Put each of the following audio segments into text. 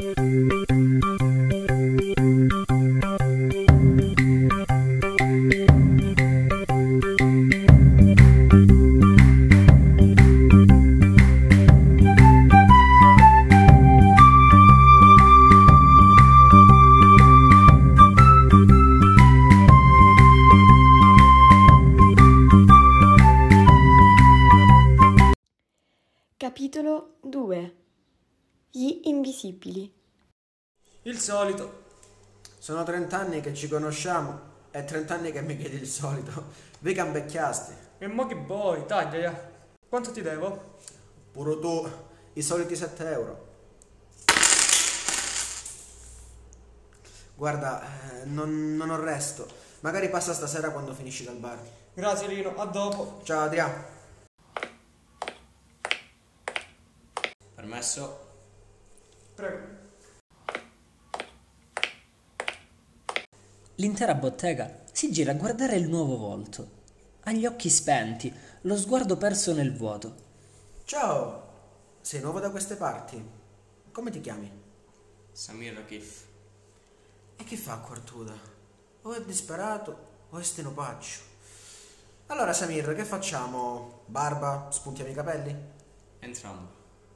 Capitolo 2. Gli invisibili. Il solito. Sono 30 anni che ci conosciamo e 30 anni che mi chiedi il solito. Vi cambecchiasti. E mo che vuoi? Taglia. Quanto ti devo? Pure tu, i soliti 7 euro. Guarda, non ho resto. Magari passa stasera quando finisci dal bar. Grazie Lino, a dopo. Ciao Adriano. Permesso? Prego. L'intera bottega si gira a guardare il nuovo volto. Ha gli occhi spenti, lo sguardo perso nel vuoto. Ciao, sei nuovo da queste parti? Come ti chiami? Samir Rakif. E che fa Quartuda? O è disperato o è stenopaccio. Allora Samir, che facciamo? Barba? Spuntiamo i capelli? Entrambi.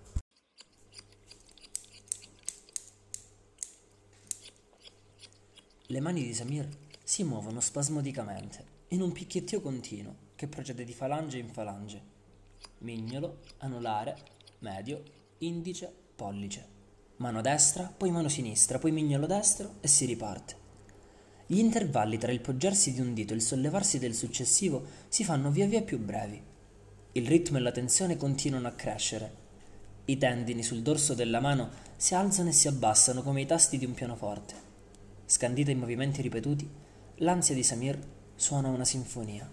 Le mani di Samir si muovono spasmodicamente in un picchiettio continuo che procede di falange in falange. Mignolo, anulare, medio, indice, pollice. Mano destra, poi mano sinistra, poi mignolo destro e si riparte. Gli intervalli tra il poggiarsi di un dito e il sollevarsi del successivo si fanno via via più brevi. Il ritmo e la tensione continuano a crescere. I tendini sul dorso della mano si alzano e si abbassano come i tasti di un pianoforte. Scandita in movimenti ripetuti, l'ansia di Samir suona una sinfonia.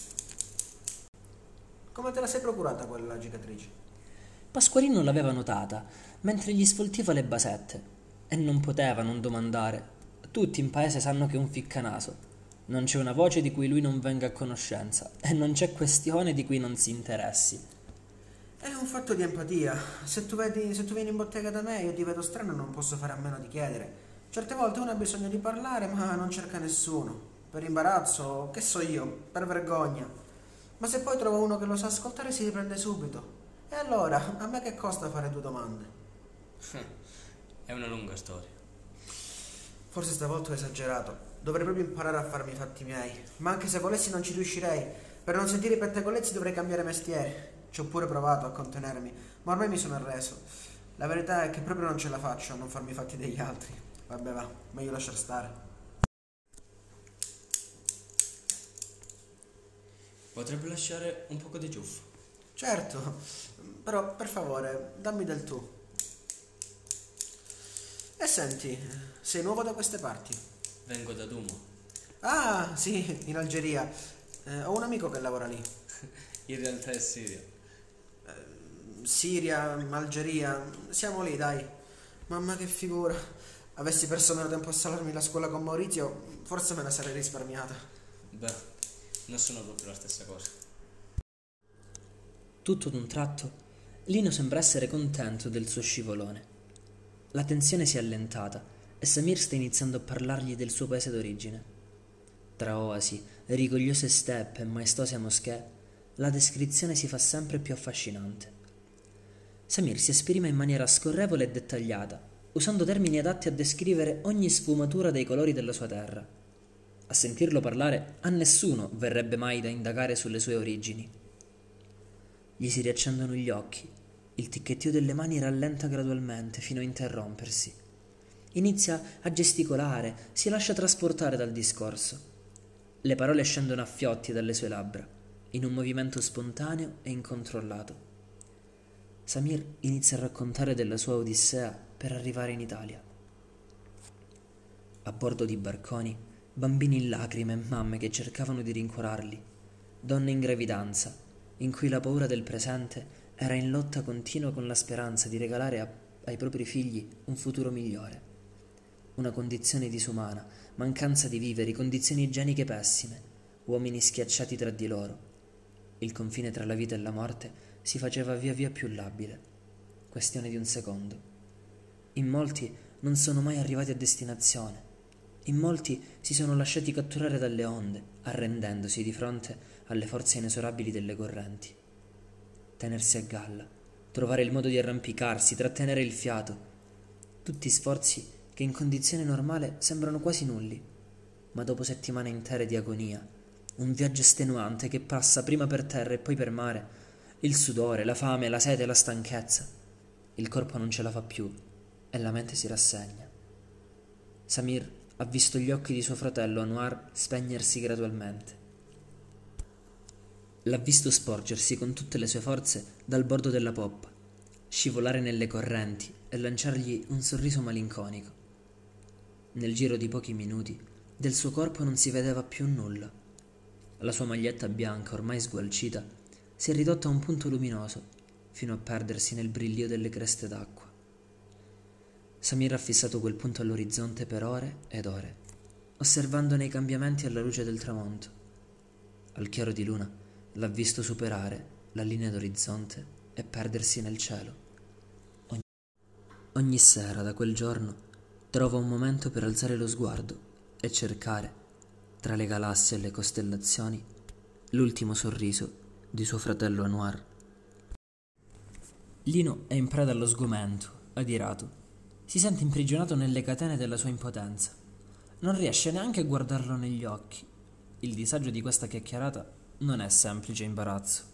Come te la sei procurata quella cicatrice? Pasqualino l'aveva notata mentre gli sfoltiva le basette e non poteva non domandare. Tutti in paese sanno che è un ficcanaso. Non c'è una voce di cui lui non venga a conoscenza e non c'è questione di cui non si interessi. È un fatto di empatia. Se tu vieni in bottega da me, io ti vedo strano e non posso fare a meno di chiedere. Certe volte uno ha bisogno di parlare, ma non cerca nessuno. Per imbarazzo, che so io, per vergogna. Ma se poi trova uno che lo sa ascoltare, si riprende subito. E allora, a me che costa fare 2 domande? È una lunga storia. Forse stavolta ho esagerato. Dovrei proprio imparare a farmi i fatti miei. Ma anche se volessi non ci riuscirei. Per non sentire i pettegolezzi dovrei cambiare mestiere. Ci ho pure provato a contenermi, ma ormai mi sono arreso. La verità è che proprio non ce la faccio a non farmi i fatti degli altri. Vabbè va, meglio lasciar stare. Potrebbe lasciare un poco di ciuffo. Certo, però per favore, dammi del tu. E senti, sei nuovo da queste parti? Vengo da Dumo. Ah, sì, in Algeria. Ho un amico che lavora lì. In realtà è Siria. Siria, Algeria, siamo lì, dai. Mamma che figura. Avessi perso meno tempo a salarmi la scuola con Maurizio, forse me la sarei risparmiata. Beh, non sono proprio la stessa cosa. Tutto d'un tratto, Lino sembra essere contento del suo scivolone. La tensione si è allentata e Samir sta iniziando a parlargli del suo paese d'origine. Tra oasi, rigogliose steppe e maestose moschee, la descrizione si fa sempre più affascinante. Samir si esprime in maniera scorrevole e dettagliata, usando termini adatti a descrivere ogni sfumatura dei colori della sua terra. A sentirlo parlare, a nessuno verrebbe mai da indagare sulle sue origini. Gli si riaccendono gli occhi, il ticchettio delle mani rallenta gradualmente fino a interrompersi. Inizia a gesticolare, si lascia trasportare dal discorso. Le parole scendono a fiotti dalle sue labbra, in un movimento spontaneo e incontrollato. Samir inizia a raccontare della sua odissea per arrivare in Italia. A bordo di barconi, bambini in lacrime e mamme che cercavano di rincuorarli, donne in gravidanza, in cui la paura del presente era in lotta continua con la speranza di regalare ai propri figli un futuro migliore. Una condizione disumana, mancanza di viveri, condizioni igieniche pessime, uomini schiacciati tra di loro. Il confine tra la vita e la morte si faceva via via più labile, questione di un secondo. In molti non sono mai arrivati a destinazione. In molti si sono lasciati catturare dalle onde, arrendendosi di fronte alle forze inesorabili delle correnti. Tenersi a galla, trovare il modo di arrampicarsi, trattenere il fiato. Tutti sforzi che in condizione normale sembrano quasi nulli, ma dopo settimane intere di agonia, un viaggio estenuante che passa prima per terra e poi per mare, il sudore, la fame, la sete, la stanchezza. Il corpo non ce la fa più e la mente si rassegna. Samir ha visto gli occhi di suo fratello Anwar spegnersi gradualmente. L'ha visto sporgersi con tutte le sue forze dal bordo della poppa, scivolare nelle correnti e lanciargli un sorriso malinconico. Nel giro di pochi minuti del suo corpo non si vedeva più nulla. La sua maglietta bianca, ormai sgualcita, si è ridotta a un punto luminoso, fino a perdersi nel brillio delle creste d'acqua. Samir ha fissato quel punto all'orizzonte per ore ed ore, osservandone i cambiamenti alla luce del tramonto. Al chiaro di luna l'ha visto superare la linea d'orizzonte e perdersi nel cielo. Ogni sera da quel giorno trova un momento per alzare lo sguardo e cercare, tra le galassie e le costellazioni, l'ultimo sorriso di suo fratello Anwar. Lino è in preda allo sgomento, adirato. Si sente imprigionato nelle catene della sua impotenza. Non riesce neanche a guardarlo negli occhi. Il disagio di questa chiacchierata non è semplice imbarazzo.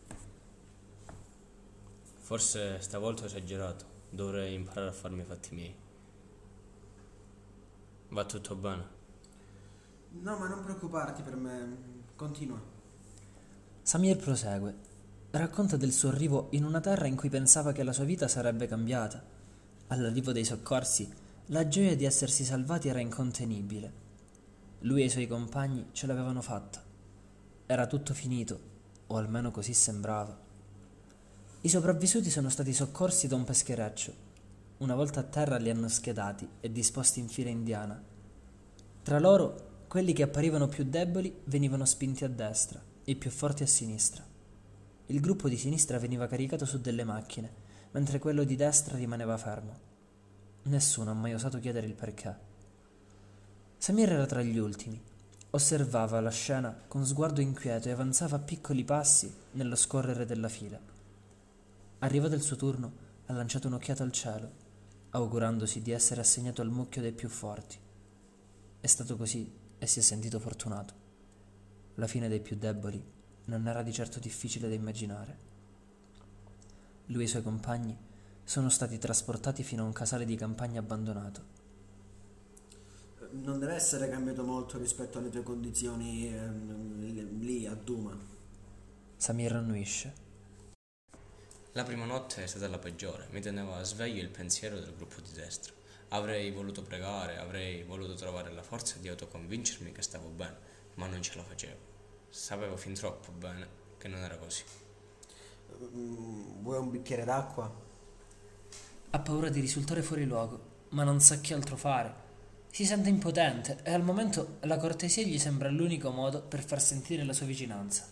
Forse stavolta ho esagerato. Dovrei imparare a farmi i fatti miei. Va tutto bene? No, ma non preoccuparti per me. Continua. Samir prosegue. Racconta del suo arrivo in una terra in cui pensava che la sua vita sarebbe cambiata. All'arrivo dei soccorsi, la gioia di essersi salvati era incontenibile. Lui e i suoi compagni ce l'avevano fatta. Era tutto finito, o almeno così sembrava. I sopravvissuti sono stati soccorsi da un peschereccio. Una volta a terra li hanno schedati e disposti in fila indiana. Tra loro, quelli che apparivano più deboli venivano spinti a destra, i più forti a sinistra. Il gruppo di sinistra veniva caricato su delle macchine, mentre quello di destra rimaneva fermo. Nessuno ha mai osato chiedere il perché. Samir era tra gli ultimi. Osservava la scena con sguardo inquieto e avanzava a piccoli passi nello scorrere della fila. Arrivato il suo turno, ha lanciato un'occhiata al cielo, augurandosi di essere assegnato al mucchio dei più forti. È stato così e si è sentito fortunato. La fine dei più deboli non era di certo difficile da immaginare. Lui e i suoi compagni sono stati trasportati fino a un casale di campagna abbandonato. Non deve essere cambiato molto rispetto alle tue condizioni lì a Duma. Samir annuisce. La prima notte è stata la peggiore. Mi teneva sveglio il pensiero del gruppo di destra. Avrei voluto pregare, avrei voluto trovare la forza di autoconvincermi che stavo bene, ma non ce la facevo. Sapevo fin troppo bene che non era così. Vuoi un bicchiere d'acqua? Ha paura di risultare fuori luogo, ma non sa che altro fare. Si sente impotente e al momento la cortesia gli sembra l'unico modo per far sentire la sua vicinanza.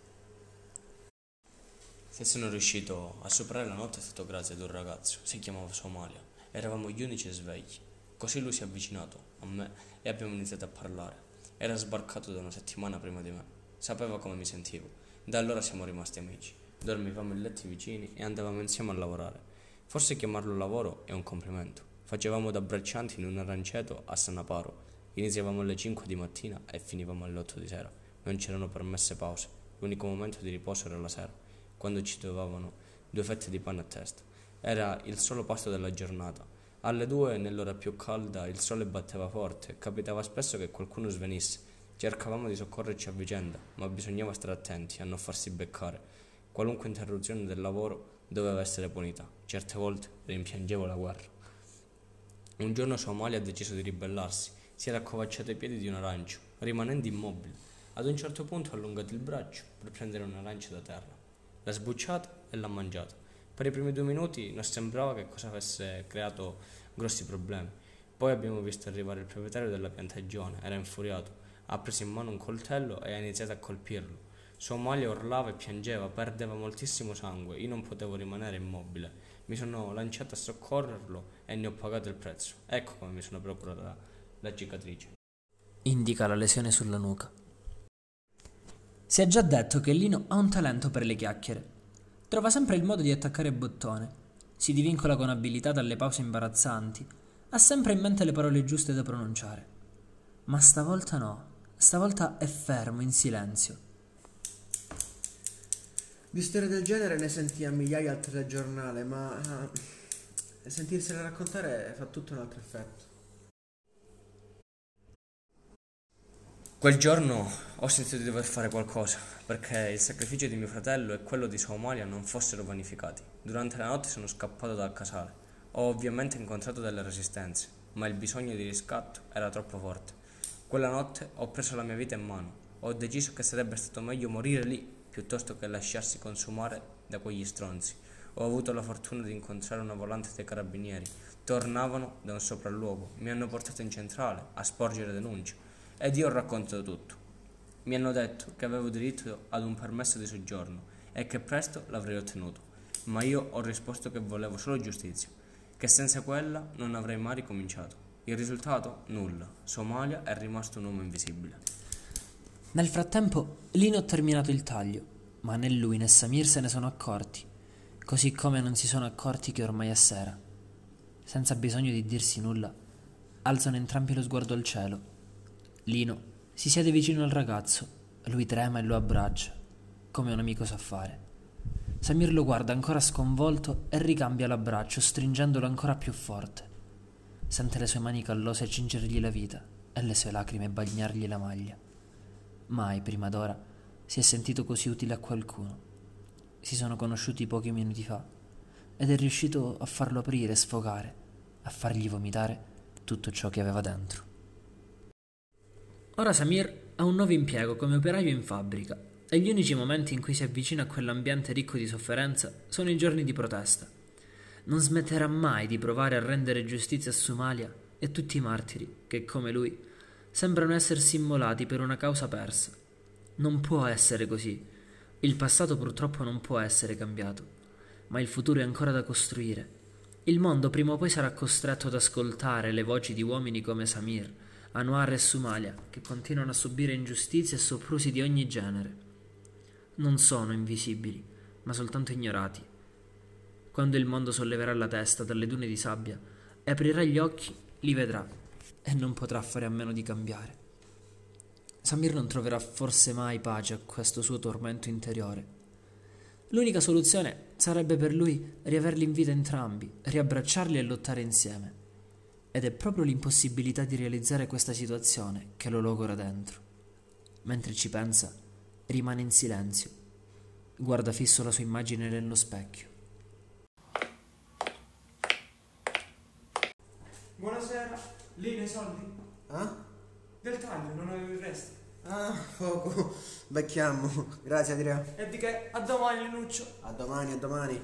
Se sono riuscito a superare la notte è stato grazie ad un ragazzo, si chiamava Somalia. Eravamo gli unici svegli. Così lui si è avvicinato a me e abbiamo iniziato a parlare. Era sbarcato da una settimana prima di me. Sapeva come mi sentivo. Da allora siamo rimasti amici. Dormivamo in letti vicini e andavamo insieme a lavorare. Forse chiamarlo lavoro è un complimento. Facevamo da braccianti in un aranceto a Sanaparo. Iniziavamo alle 5 di mattina e finivamo alle 8 di sera. Non c'erano permesse pause. L'unico momento di riposo era la sera, quando ci dovevano 2 fette di pane a testa. Era il solo pasto della giornata. Alle 2, nell'ora più calda, il sole batteva forte e capitava spesso che qualcuno svenisse. Cercavamo di soccorrerci a vicenda, ma bisognava stare attenti a non farsi beccare. Qualunque interruzione del lavoro doveva essere punita. Certe volte rimpiangevo la guerra. Un giorno Somalia ha deciso di ribellarsi. Si era accovacciato ai piedi di un arancio, rimanendo immobile. Ad un certo punto ha allungato il braccio per prendere un arancio da terra. L'ha sbucciata e l'ha mangiata. Per i primi 2 minuti non sembrava che cosa avesse creato grossi problemi. Poi abbiamo visto arrivare il proprietario della piantagione. Era infuriato. Ha preso in mano un coltello e ha iniziato a colpirlo. Somalia urlava e piangeva, perdeva moltissimo sangue, io non potevo rimanere immobile. Mi sono lanciato a soccorrerlo e ne ho pagato il prezzo. Ecco come mi sono procurata la cicatrice. Indica la lesione sulla nuca. Si è già detto che Lino ha un talento per le chiacchiere. Trova sempre il modo di attaccare bottone. Si divincola con abilità dalle pause imbarazzanti. Ha sempre in mente le parole giuste da pronunciare. Ma stavolta no. Stavolta è fermo, in silenzio. Di storie del genere ne sentì a migliaia al telegiornale, ma sentirsene raccontare fa tutto un altro effetto. Quel giorno ho sentito di dover fare qualcosa, perché il sacrificio di mio fratello e quello di Somalia non fossero vanificati. Durante la notte sono scappato dal casale. Ho ovviamente incontrato delle resistenze, ma il bisogno di riscatto era troppo forte. Quella notte ho preso la mia vita in mano. Ho deciso che sarebbe stato meglio morire lì piuttosto che lasciarsi consumare da quegli stronzi. Ho avuto la fortuna di incontrare una volante dei carabinieri. Tornavano da un sopralluogo, mi hanno portato in centrale a sporgere denuncia ed io ho raccontato tutto. Mi hanno detto che avevo diritto ad un permesso di soggiorno e che presto l'avrei ottenuto, ma io ho risposto che volevo solo giustizia, che senza quella non avrei mai ricominciato. Il risultato? Nulla. Somalia è rimasto un uomo invisibile. Nel frattempo, Lino ha terminato il taglio, ma né lui né Samir se ne sono accorti, così come non si sono accorti che ormai è sera. Senza bisogno di dirsi nulla, alzano entrambi lo sguardo al cielo. Lino si siede vicino al ragazzo, lui trema e lo abbraccia, come un amico sa fare. Samir lo guarda ancora sconvolto e ricambia l'abbraccio, stringendolo ancora più forte. Sente le sue mani callose cingergli la vita e le sue lacrime bagnargli la maglia. Mai prima d'ora si è sentito così utile a qualcuno. Si sono conosciuti pochi minuti fa ed è riuscito a farlo aprire e sfogare, a fargli vomitare tutto ciò che aveva dentro. Ora Samir ha un nuovo impiego come operaio in fabbrica e gli unici momenti in cui si avvicina a quell'ambiente ricco di sofferenza sono i giorni di protesta. Non smetterà mai di provare a rendere giustizia a Somalia e tutti i martiri che, come lui, sembrano essersi immolati per una causa persa. Non può essere così. Il passato purtroppo non può essere cambiato, ma il futuro è ancora da costruire. Il mondo prima o poi sarà costretto ad ascoltare le voci di uomini come Samir, Anwar e Somalia, che continuano a subire ingiustizie e soprusi di ogni genere. Non sono invisibili, ma soltanto ignorati. Quando il mondo solleverà la testa dalle dune di sabbia e aprirà gli occhi, li vedrà e non potrà fare a meno di cambiare. Samir non troverà forse mai pace a questo suo tormento interiore. L'unica soluzione sarebbe per lui riaverli in vita entrambi, riabbracciarli e lottare insieme. Ed è proprio l'impossibilità di realizzare questa situazione che lo logora dentro. Mentre ci pensa, rimane in silenzio. Guarda fisso la sua immagine nello specchio. Buonasera, lì nei soldi? Ah? Del taglio, non avevo il resto. Ah, poco. Becchiamo. Grazie, Andrea. E di che? A domani, Nuccio. A domani, a domani.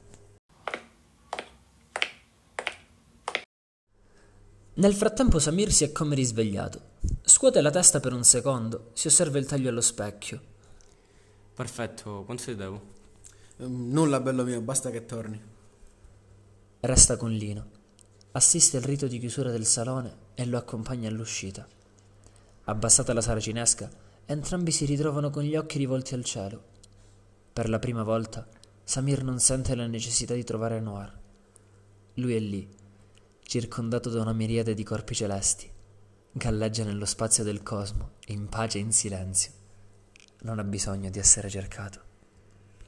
Nel frattempo Samir si è come risvegliato. Scuote la testa per un secondo, si osserva il taglio allo specchio. Perfetto, quanto ti devo? Nulla, bello mio, basta che torni. Resta con Lino. Assiste al rito di chiusura del salone e lo accompagna all'uscita. Abbassata la saracinesca, entrambi si ritrovano con gli occhi rivolti al cielo. Per la prima volta, Samir non sente la necessità di trovare Anwar. Lui è lì, circondato da una miriade di corpi celesti. Galleggia nello spazio del cosmo, in pace e in silenzio. Non ha bisogno di essere cercato.